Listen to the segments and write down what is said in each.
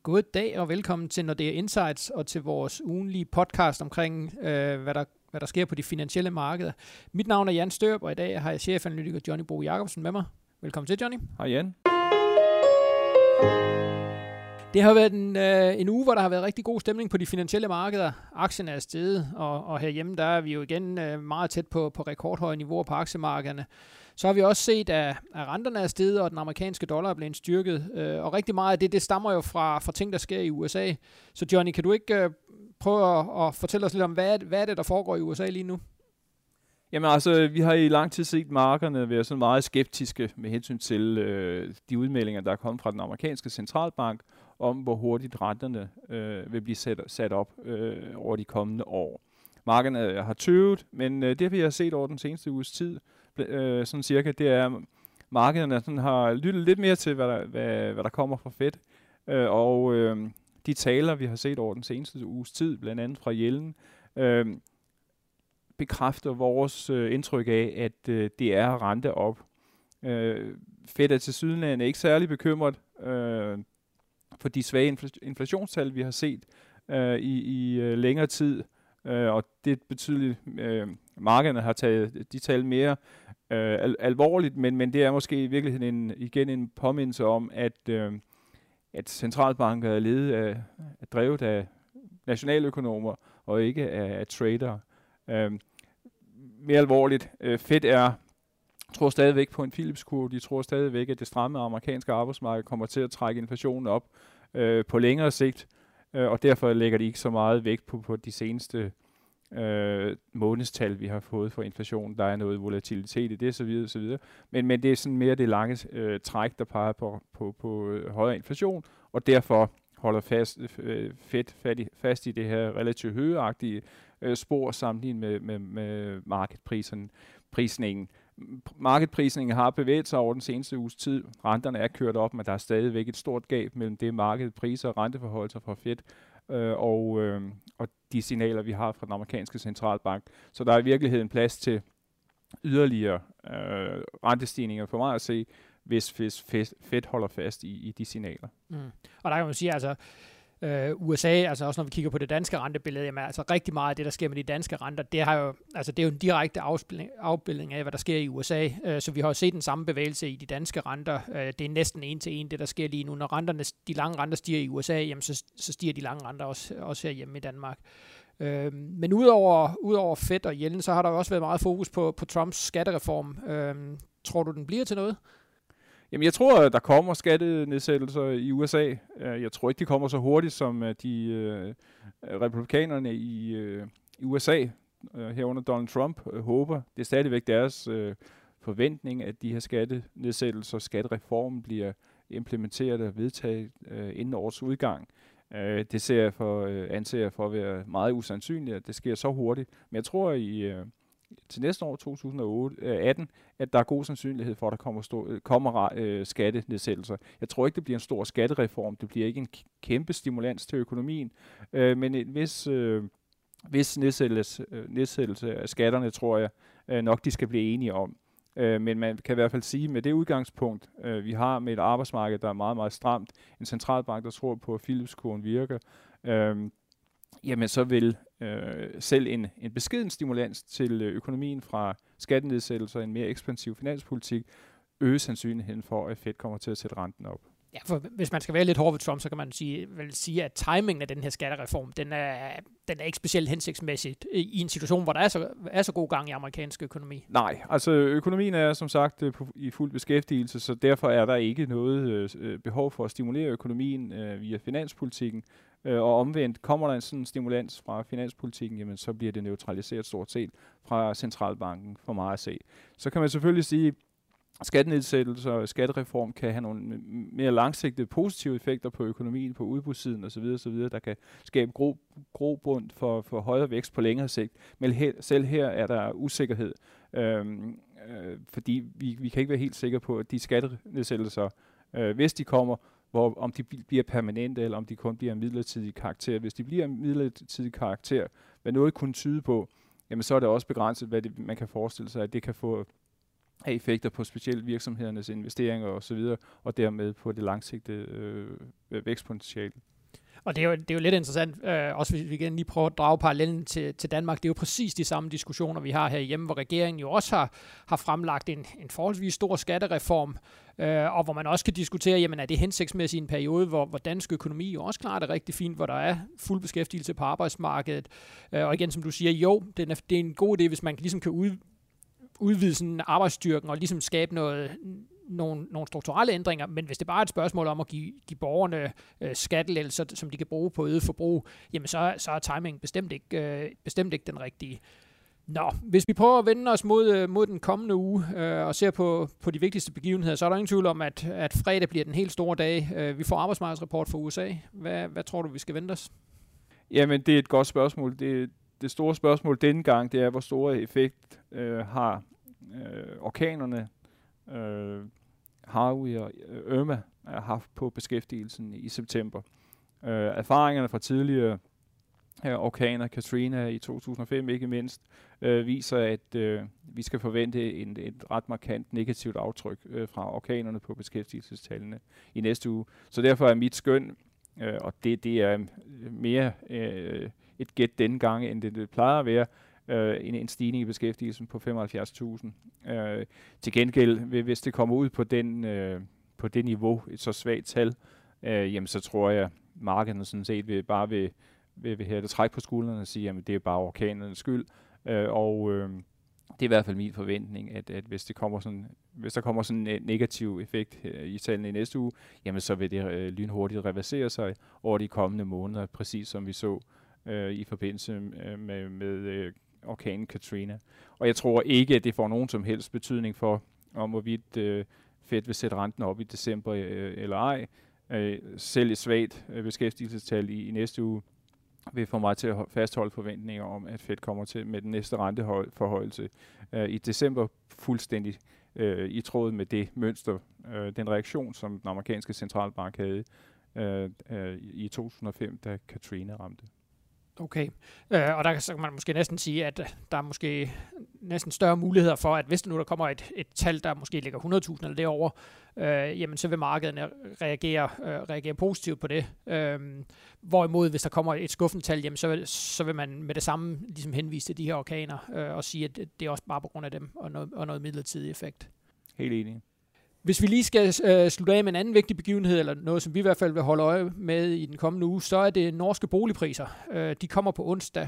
God dag og velkommen til Nordea Insights og til vores ugenlige podcast omkring, hvad der sker på de finansielle markeder. Mit navn er Jan Størup, og i dag har jeg chefanalytiker Johnny Bo Jacobsen med mig. Velkommen til, Johnny. Hej Jan. Det har været en uge, hvor der har været rigtig god stemning på de finansielle markeder. Aktien er steget, og herhjemme der er vi jo igen meget tæt på rekordhøje niveauer på aktiemarkederne. Så har vi også set, at renterne er steget, og den amerikanske dollar er blevet styrket. Og rigtig meget af det stammer jo fra ting, der sker i USA. Så Johnny, kan du ikke prøve at fortælle os lidt om, hvad er det, der foregår i USA lige nu? Jamen altså, vi har i lang tid set markederne være sådan meget skeptiske med hensyn til de udmeldinger, der er kommet fra den amerikanske centralbank, om hvor hurtigt renterne vil blive sat op over de kommende år. Markederne har tøvet, men det vi har set over den seneste uges tid, sådan cirka, det er, at markederne sådan har lyttet lidt mere til, hvad der kommer fra Fed. De taler, vi har set over den seneste uges tid, blandt andet fra Yellen, bekræfter vores indtryk af, at det er rente op. Fed er tilsyneladende ikke særlig bekymret for de svage inflationstal, vi har set i længere tid, og det betyder, markederne har taget de tal mere alvorligt, men det er måske i virkeligheden igen en påmindelse om, at centralbanker er drevet af nationaløkonomer og ikke af tradere. Mere alvorligt, Fed tror stadigvæk på en Phillips-kurve. De tror stadigvæk, at det stramme amerikanske arbejdsmarked kommer til at trække inflationen op på længere sigt, og derfor lægger de ikke så meget vægt på de seneste månedstal, vi har fået for inflationen. Der er noget volatilitet i det, så videre, så videre. Men det er sådan mere det lange træk, der peger på højere inflation, og derfor holder Fed fast i det her relativt højagtige spor sammenlignet med markedprisningen. Markedprisningen har bevæget sig over den seneste uges tid. Renterne er kørt op, men der er stadigvæk et stort gab mellem det markedpriser og renteforholdelser fra Fed og de signaler, vi har fra den amerikanske centralbank. Så der er i virkeligheden plads til yderligere rentestigninger for mig at se, hvis Fed holder fast i de signaler. Og der kan man sige, altså USA, altså også når vi kigger på det danske rentebillede, jamen, altså rigtig meget af det, der sker med de danske renter, det er jo en direkte afbildning af, hvad der sker i USA. Så vi har jo set den samme bevægelse i de danske renter. Det er næsten en til en, det der sker lige nu. Når de lange renter stiger i USA, jamen, så stiger de lange renter også herhjemme i Danmark. Men udover Fed og Yellen, så har der jo også været meget fokus på Trumps skattereform. Tror du, den bliver til noget? Jamen, jeg tror, at der kommer skattenedsættelser i USA. Jeg tror ikke, de kommer så hurtigt, som de republikanerne i USA, herunder Donald Trump, håber. Det er stadigvæk deres forventning, at de her skattenedsættelser, skattereformen bliver implementeret og vedtaget inden årets udgang. Det anser jeg for at være meget usandsynligt, at det sker så hurtigt. Men jeg tror, til næste år, 2018, at der er god sandsynlighed for, at der kommer skattenedsættelser. Jeg tror ikke, det bliver en stor skattereform. Det bliver ikke en kæmpe stimulans til økonomien. Men en vis nedsættelse af skatterne, tror jeg nok, de skal blive enige om. Men man kan i hvert fald sige, med det udgangspunkt, vi har med et arbejdsmarked, der er meget, meget stramt, en centralbank, der tror på, at Phillips-kurven virker, jamen så vil selv en beskeden stimulans til økonomien fra skattenedsættelser og en mere ekspansiv finanspolitik øge sandsynligheden for, at Fed kommer til at sætte renten op. Ja, for hvis man skal være lidt hård ved Trump, så kan man sige, at timingen af den her skattereform, den er ikke specielt hensigtsmæssigt i en situation, hvor der er så god gang i amerikansk økonomi. Nej, altså økonomien er som sagt i fuld beskæftigelse, så derfor er der ikke noget behov for at stimulere økonomien via finanspolitikken. Og omvendt, kommer der en sådan stimulans fra finanspolitikken, jamen så bliver det neutraliseret stort set fra centralbanken for mig at se. Så kan man selvfølgelig sige, skattenedsættelser og skattereform kan have nogle mere langsigtede positive effekter på økonomien, på udbudssiden osv., der kan skabe grobund for højere vækst på længere sigt. Men selv her er der usikkerhed, fordi vi kan ikke være helt sikre på, at de skattenedsættelser, hvis de kommer, om de bliver permanente, eller om de kun bliver en midlertidig karakter. Hvis de bliver en midlertidig karakter, hvad noget kunne tyde på, jamen så er det også begrænset, hvad man kan forestille sig, at det kan få af effekter på specielt virksomhedernes investeringer osv., og dermed på det langsigtede vækstpotentiale. Og det er jo lidt interessant, også hvis vi igen lige prøver at drage parallellen til Danmark. Det er jo præcis de samme diskussioner, vi har herhjemme, hvor regeringen jo også har fremlagt en forholdsvis stor skattereform, og hvor man også kan diskutere, jamen er det hensigtsmæssigt i en periode, hvor dansk økonomi jo også klarer det rigtig fint, hvor der er fuld beskæftigelse på arbejdsmarkedet. Og igen, som du siger, jo, det er en god idé, hvis man ligesom kan udvide sådan arbejdsstyrken og ligesom skabe nogle strukturelle ændringer, men hvis det bare er et spørgsmål om at give borgerne skattelettelser, som de kan bruge på øget forbrug, jamen så er timingen bestemt ikke den rigtige. Nå, hvis vi prøver at vende os mod den kommende uge og ser på de vigtigste begivenheder, så er der ingen tvivl om, at fredag bliver den helt store dag. Vi får arbejdsmarkedsrapport fra USA. Hvad tror du, vi skal vente os? Jamen, det er et godt spørgsmål. Det store spørgsmål denne gang, det er, hvor store effekt har orkanerne Harvey og Irma har haft på beskæftigelsen i september. Erfaringerne fra tidligere orkaner, Katrina i 2005 ikke mindst, viser, at vi skal forvente et ret markant negativt aftryk fra orkanerne på beskæftigelsestallene i næste uge. Så derfor er mit skøn, og det er mere et gæt denne gang, end det plejer at være, en stigning i beskæftigelsen på 75.000. Til gengæld, hvis det kommer ud på det niveau, et så svagt tal, jamen så tror jeg, markedet sådan set vil have det træk på skuldrene og sige, jamen det er bare orkanernes skyld. Det er i hvert fald min forventning, at hvis der kommer sådan en negativ effekt i tallene i næste uge, jamen så vil det lynhurtigt reversere sig over de kommende måneder, præcis som vi så i forbindelse med orkanen Katrina. Og jeg tror ikke, at det får nogen som helst betydning for, om hvorvidt Fed vil sætte renten op i december eller ej. Selv et svagt beskæftigelsestal i næste uge vil få mig til at fastholde forventninger om, at Fed kommer til med den næste renteforhøjelse i december fuldstændig i tråd med det mønster, den reaktion, som den amerikanske centralbank havde i 2005, da Katrina ramte. Okay, og der kan man måske næsten sige, at der er måske næsten større muligheder for, at hvis der kommer et tal, der måske ligger 100.000 eller derovre, jamen så vil markederne reagere positivt på det. Hvorimod, hvis der kommer et skuffende tal, jamen så vil man med det samme ligesom henvise til de her orkaner og sige, at det er også bare på grund af dem og noget midlertidig effekt. Helt enig. Hvis vi lige skal slutte af med en anden vigtig begivenhed, eller noget, som vi i hvert fald vil holde øje med i den kommende uge, så er det norske boligpriser. De kommer på onsdag.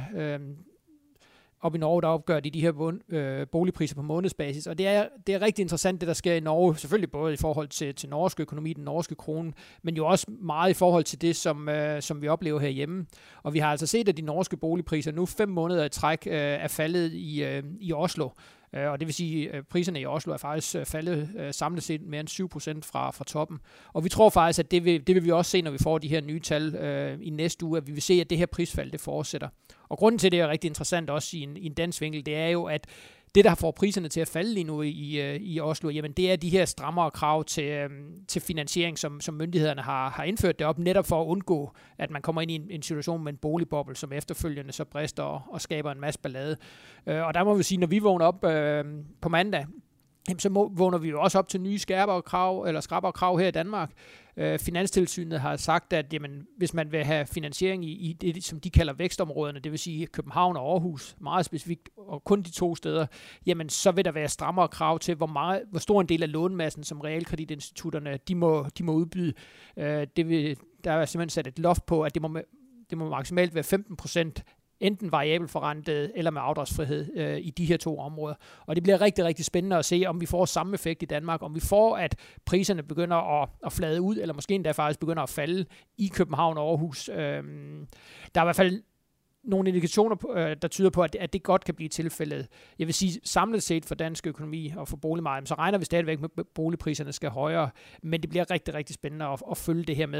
Op i Norge, der opgør de her boligpriser på månedsbasis, og det er rigtig interessant, det der sker i Norge, selvfølgelig både i forhold til norsk økonomi, den norske krone, men jo også meget i forhold til det, som vi oplever herhjemme. Og vi har altså set, at de norske boligpriser nu 5 måneder i træk er faldet i Oslo. Og det vil sige, at priserne i Oslo er faktisk faldet samlet set mere end 7% fra toppen. Og vi tror faktisk, at det vil vi også se, når vi får de her nye tal i næste uge, at vi vil se, at det her prisfald, det fortsætter. Og grunden til, det er rigtig interessant også i en dansk vinkel, det er jo, at det, der får priserne til at falde lige nu i Oslo, jamen det er de her strammere krav til finansiering, som myndighederne har indført deroppe, netop for at undgå, at man kommer ind i en situation med en boligboble, som efterfølgende så brister og skaber en masse ballade. Og der må vi sige, når vi vågner op på mandag, så vågner vi jo også op til nye skrappere krav her i Danmark. Finanstilsynet har sagt, at jamen, hvis man vil have finansiering i det, som de kalder vækstområderne, det vil sige København og Aarhus, meget specifikt, og kun de 2 steder, jamen så vil der være strammere krav til, hvor stor en del af lånemassen, som realkreditinstitutterne de må udbyde. Der er simpelthen sat et loft på, at det må maksimalt være 15%, enten variabel forrentet eller med afdragsfrihed i de her 2 områder. Og det bliver rigtig, rigtig spændende at se, om vi får samme effekt i Danmark, om vi får, at priserne begynder at flade ud, eller måske endda faktisk begynder at falde i København og Aarhus. Der er i hvert fald nogle indikationer, der tyder på, at det godt kan blive tilfældet. Jeg vil sige, samlet set for dansk økonomi og for boligmarkedet, så regner vi stadigvæk med, at boligpriserne skal højere, men det bliver rigtig, rigtig spændende at følge det her med,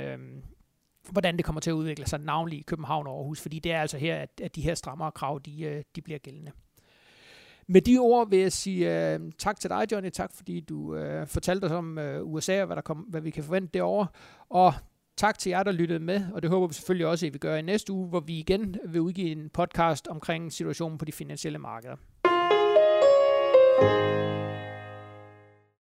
hvordan det kommer til at udvikle sig, navnlig i København og Aarhus, fordi det er altså her, at de her strammere krav, de bliver gældende. Med de ord vil jeg sige tak til dig, Johnny. Tak, fordi du fortalte os om USA og hvad vi kan forvente derovre. Og tak til jer, der lyttede med, og det håber vi selvfølgelig også, at vi gør i næste uge, hvor vi igen vil udgive en podcast omkring situationen på de finansielle markeder.